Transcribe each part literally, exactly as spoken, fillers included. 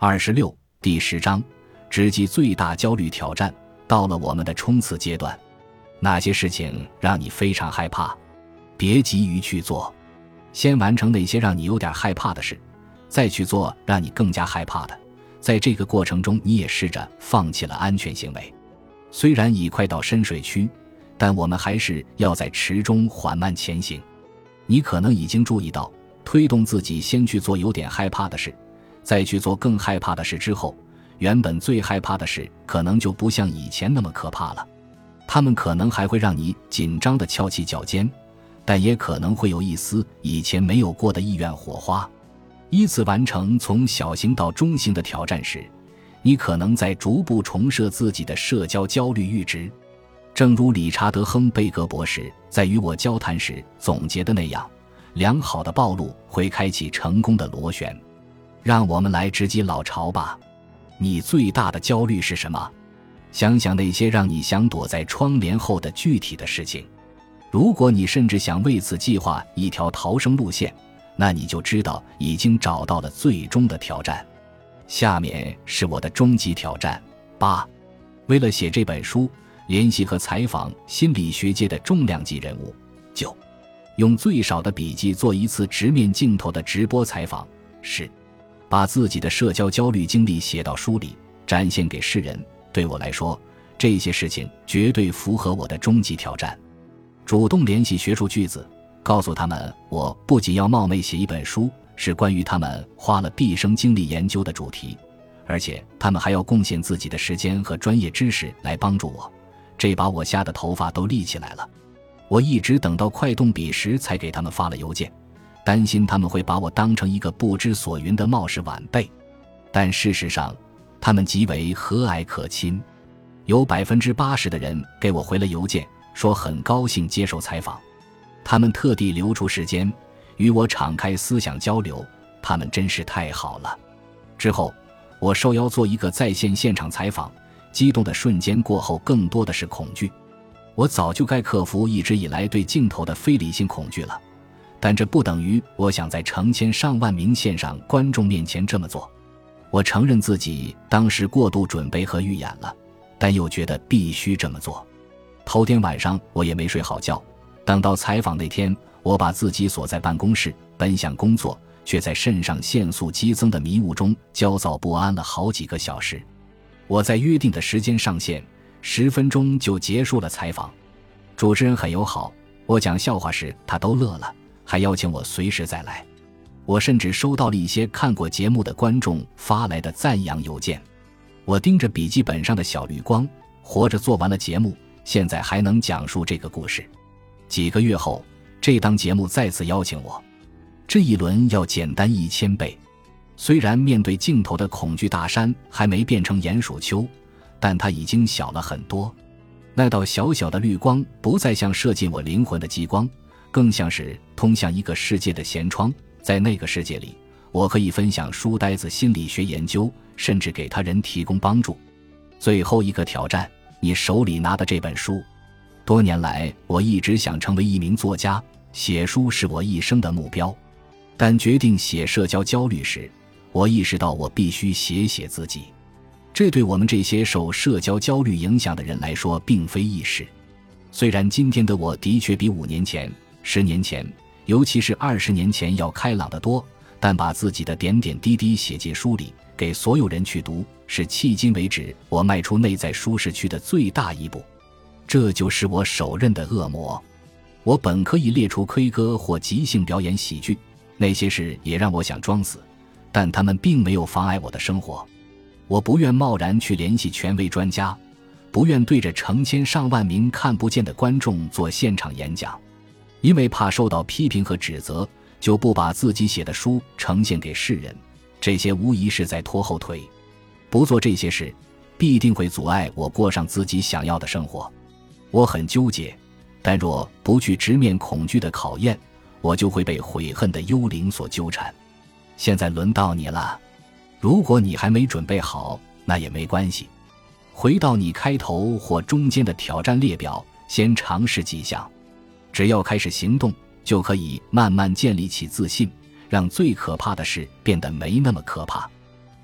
二十六第十章，直击最大焦虑挑战，到了我们的冲刺阶段。哪些事情让你非常害怕？别急于去做，先完成那些让你有点害怕的事，再去做让你更加害怕的。在这个过程中，你也试着放弃了安全行为。虽然已快到深水区，但我们还是要在池中缓慢前行。你可能已经注意到，推动自己先去做有点害怕的事，再去做更害怕的事之后，原本最害怕的事可能就不像以前那么可怕了。他们可能还会让你紧张地翘起脚尖，但也可能会有一丝以前没有过的意愿火花。依次完成从小型到中型的挑战时，你可能在逐步重设自己的社交焦虑阈值。正如理查德·亨贝格博士在与我交谈时总结的那样，良好的暴露会开启成功的螺旋。让我们来直击老巢吧。你最大的焦虑是什么？想想那些让你想躲在窗帘后的具体的事情。如果你甚至想为此计划一条逃生路线，那你就知道已经找到了最终的挑战。下面是我的终极挑战。八，为了写这本书，联系和采访心理学界的重量级人物。九，用最少的笔记做一次直面镜头的直播采访。十，把自己的社交焦虑经历写到书里，展现给世人。对我来说，这些事情绝对符合我的终极挑战。主动联系学术巨子，告诉他们我不仅要冒昧写一本书，是关于他们花了毕生精力研究的主题，而且他们还要贡献自己的时间和专业知识来帮助我。这把我吓得头发都立起来了。我一直等到快动笔时才给他们发了邮件，担心他们会把我当成一个不知所云的冒失晚辈。但事实上，他们极为和蔼可亲。有 百分之八十 的人给我回了邮件，说很高兴接受采访。他们特地留出时间与我敞开思想交流，他们真是太好了。之后，我受邀做一个在线现场采访，激动的瞬间过后更多的是恐惧。我早就该克服一直以来对镜头的非理性恐惧了，但这不等于我想在成千上万名线上观众面前这么做。我承认自己当时过度准备和预演了，但又觉得必须这么做。头天晚上我也没睡好觉，等到采访那天，我把自己锁在办公室，奔向工作，却在肾上腺素激增的迷雾中焦躁不安了好几个小时。我在约定的时间上线，十分钟就结束了采访。主持人很友好，我讲笑话时他都乐了，还邀请我随时再来。我甚至收到了一些看过节目的观众发来的赞扬邮件。我盯着笔记本上的小绿光，活着做完了节目，现在还能讲述这个故事。几个月后，这档节目再次邀请我，这一轮要简单一千倍。虽然面对镜头的恐惧大山还没变成鼹鼠丘，但它已经小了很多。那道小小的绿光不再像射进我灵魂的激光，更像是通向一个世界的舷窗。在那个世界里，我可以分享书呆子心理学研究，甚至给他人提供帮助。最后一个挑战，你手里拿的这本书。多年来，我一直想成为一名作家，写书是我一生的目标。但决定写社交焦虑时，我意识到我必须写写自己。这对我们这些受社交焦虑影响的人来说并非易事。虽然今天的我的确比五年前、十年前，尤其是二十年前要开朗得多，但把自己的点点滴滴写进书里，给所有人去读，是迄今为止我迈出内在舒适区的最大一步。这就是我手刃的恶魔。我本可以列出 K 歌或即兴表演喜剧，那些事也让我想装死，但他们并没有妨碍我的生活。我不愿贸然去联系权威专家，不愿对着成千上万名看不见的观众做现场演讲，因为怕受到批评和指责，就不把自己写的书呈现给世人。这些无疑是在拖后腿。不做这些事，必定会阻碍我过上自己想要的生活。我很纠结，但若不去直面恐惧的考验，我就会被悔恨的幽灵所纠缠。现在轮到你了。如果你还没准备好，那也没关系。回到你开头或中间的挑战列表，先尝试几项。只要开始行动，就可以慢慢建立起自信，让最可怕的事变得没那么可怕。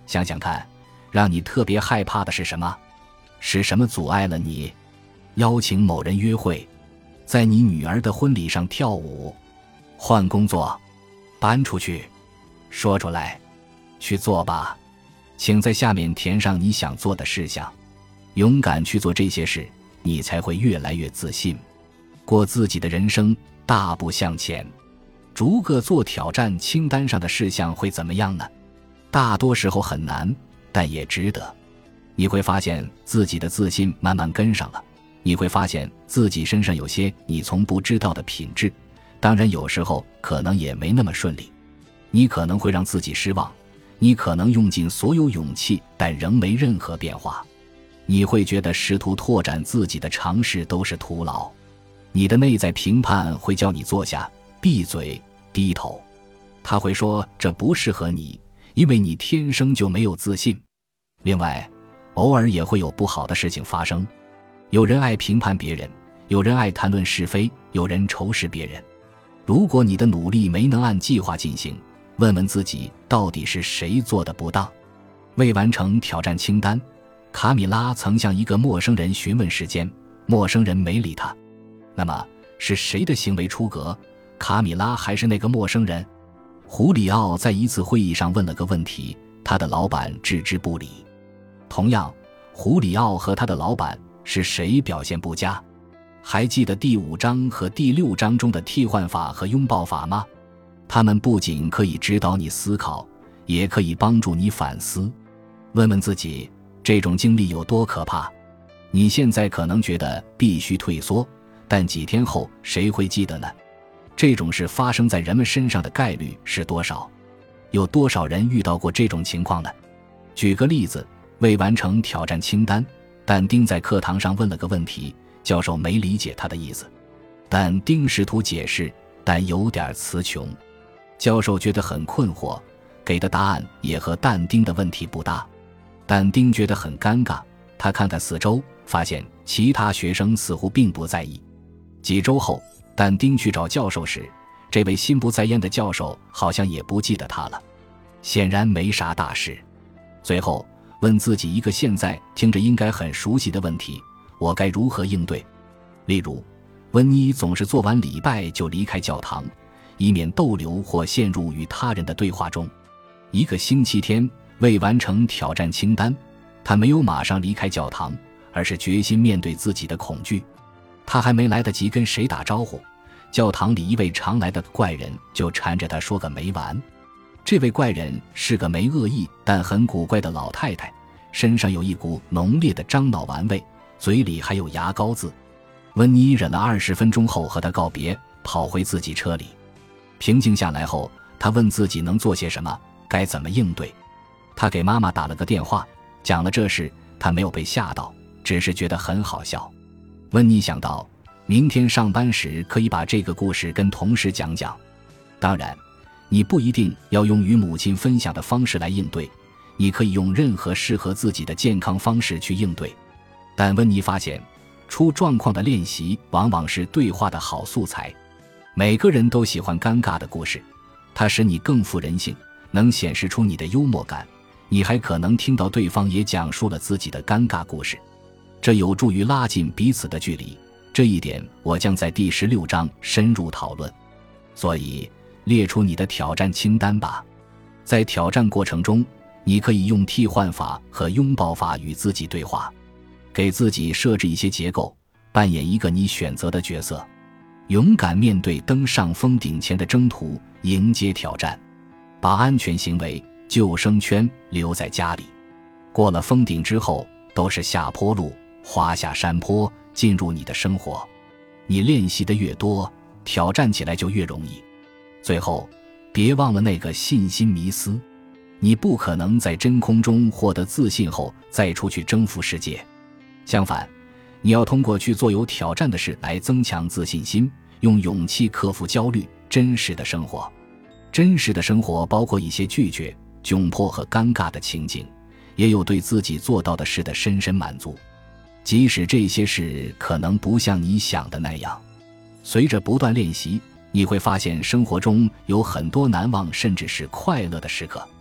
想想看，让你特别害怕的是什么？是什么阻碍了你？邀请某人约会，在你女儿的婚礼上跳舞，换工作，搬出去，说出来，去做吧。请在下面填上你想做的事项，勇敢去做这些事，你才会越来越自信，过自己的人生，大步向前。逐个做挑战清单上的事项会怎么样呢？大多时候很难，但也值得。你会发现自己的自信慢慢跟上了，你会发现自己身上有些你从不知道的品质，当然有时候可能也没那么顺利，你可能会让自己失望，你可能用尽所有勇气，但仍没任何变化。你会觉得试图拓展自己的尝试都是徒劳，你的内在评判会叫你坐下，闭嘴，低头。他会说这不适合你，因为你天生就没有自信。另外，偶尔也会有不好的事情发生，有人爱评判别人，有人爱谈论是非，有人仇视别人。如果你的努力没能按计划进行，问问自己到底是谁做的不当。未完成挑战清单，卡米拉曾向一个陌生人询问时间，陌生人没理他。那么是谁的行为出格？卡米拉还是那个陌生人？胡里奥在一次会议上问了个问题，他的老板置之不理。同样，胡里奥和他的老板是谁表现不佳？还记得第五章和第六章中的替换法和拥抱法吗？他们不仅可以指导你思考，也可以帮助你反思。问问自己，这种经历有多可怕？你现在可能觉得必须退缩，但几天后谁会记得呢？这种事发生在人们身上的概率是多少？有多少人遇到过这种情况呢？举个例子，未完成挑战清单，但丁在课堂上问了个问题，教授没理解他的意思，但丁试图解释，但有点词穷。教授觉得很困惑，给的答案也和但丁的问题不搭。但丁觉得很尴尬，他看看四周，发现其他学生似乎并不在意。几周后，但丁去找教授时，这位心不在焉的教授好像也不记得他了，显然没啥大事。最后问自己一个现在听着应该很熟悉的问题，我该如何应对？例如，温妮总是做完礼拜就离开教堂，以免逗留或陷入与他人的对话中。一个星期天未完成挑战清单，他没有马上离开教堂，而是决心面对自己的恐惧。他还没来得及跟谁打招呼，教堂里一位常来的怪人就缠着他说个没完。这位怪人是个没恶意但很古怪的老太太，身上有一股浓烈的樟脑丸味，嘴里还有牙膏渍。温妮忍了二十分钟后和他告别，跑回自己车里。平静下来后，他问自己能做些什么，该怎么应对。他给妈妈打了个电话，讲了这事，他没有被吓到，只是觉得很好笑。温妮想到明天上班时可以把这个故事跟同事讲讲。当然，你不一定要用与母亲分享的方式来应对，你可以用任何适合自己的健康方式去应对。但温妮发现，出状况的练习往往是对话的好素材。每个人都喜欢尴尬的故事，它使你更富人性，能显示出你的幽默感。你还可能听到对方也讲述了自己的尴尬故事，这有助于拉近彼此的距离。这一点我将在第十六章深入讨论。所以列出你的挑战清单吧。在挑战过程中，你可以用替换法和拥抱法与自己对话，给自己设置一些结构，扮演一个你选择的角色，勇敢面对登上峰顶前的征途，迎接挑战。把安全行为、救生圈留在家里。过了峰顶之后，都是下坡路，滑下山坡，进入你的生活。你练习的越多，挑战起来就越容易。最后，别忘了那个信心迷思，你不可能在真空中获得自信后再出去征服世界。相反，你要通过去做有挑战的事来增强自信心，用勇气克服焦虑。真实的生活，真实的生活包括一些拒绝、窘迫和尴尬的情景，也有对自己做到的事的深深满足，即使这些事可能不像你想的那样。随着不断练习，你会发现生活中有很多难忘甚至是快乐的时刻。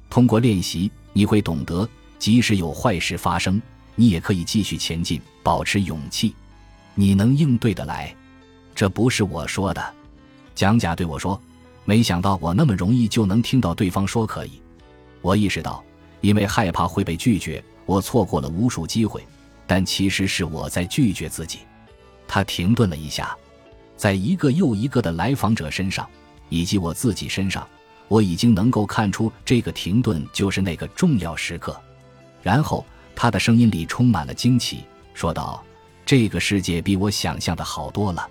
通过练习，你会懂得，即使有坏事发生，你也可以继续前进，保持勇气。你能应对得来。这不是我说的。蒋甲对我说，没想到我那么容易就能听到对方说可以。我意识到，因为害怕会被拒绝，我错过了无数机会，但其实是我在拒绝自己。他停顿了一下，在一个又一个的来访者身上，以及我自己身上，我已经能够看出这个停顿就是那个重要时刻。然后他的声音里充满了惊奇，说道，这个世界比我想象的好多了。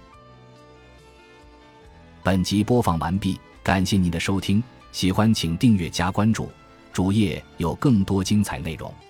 本集播放完毕，感谢您的收听，喜欢请订阅加关注，主页有更多精彩内容。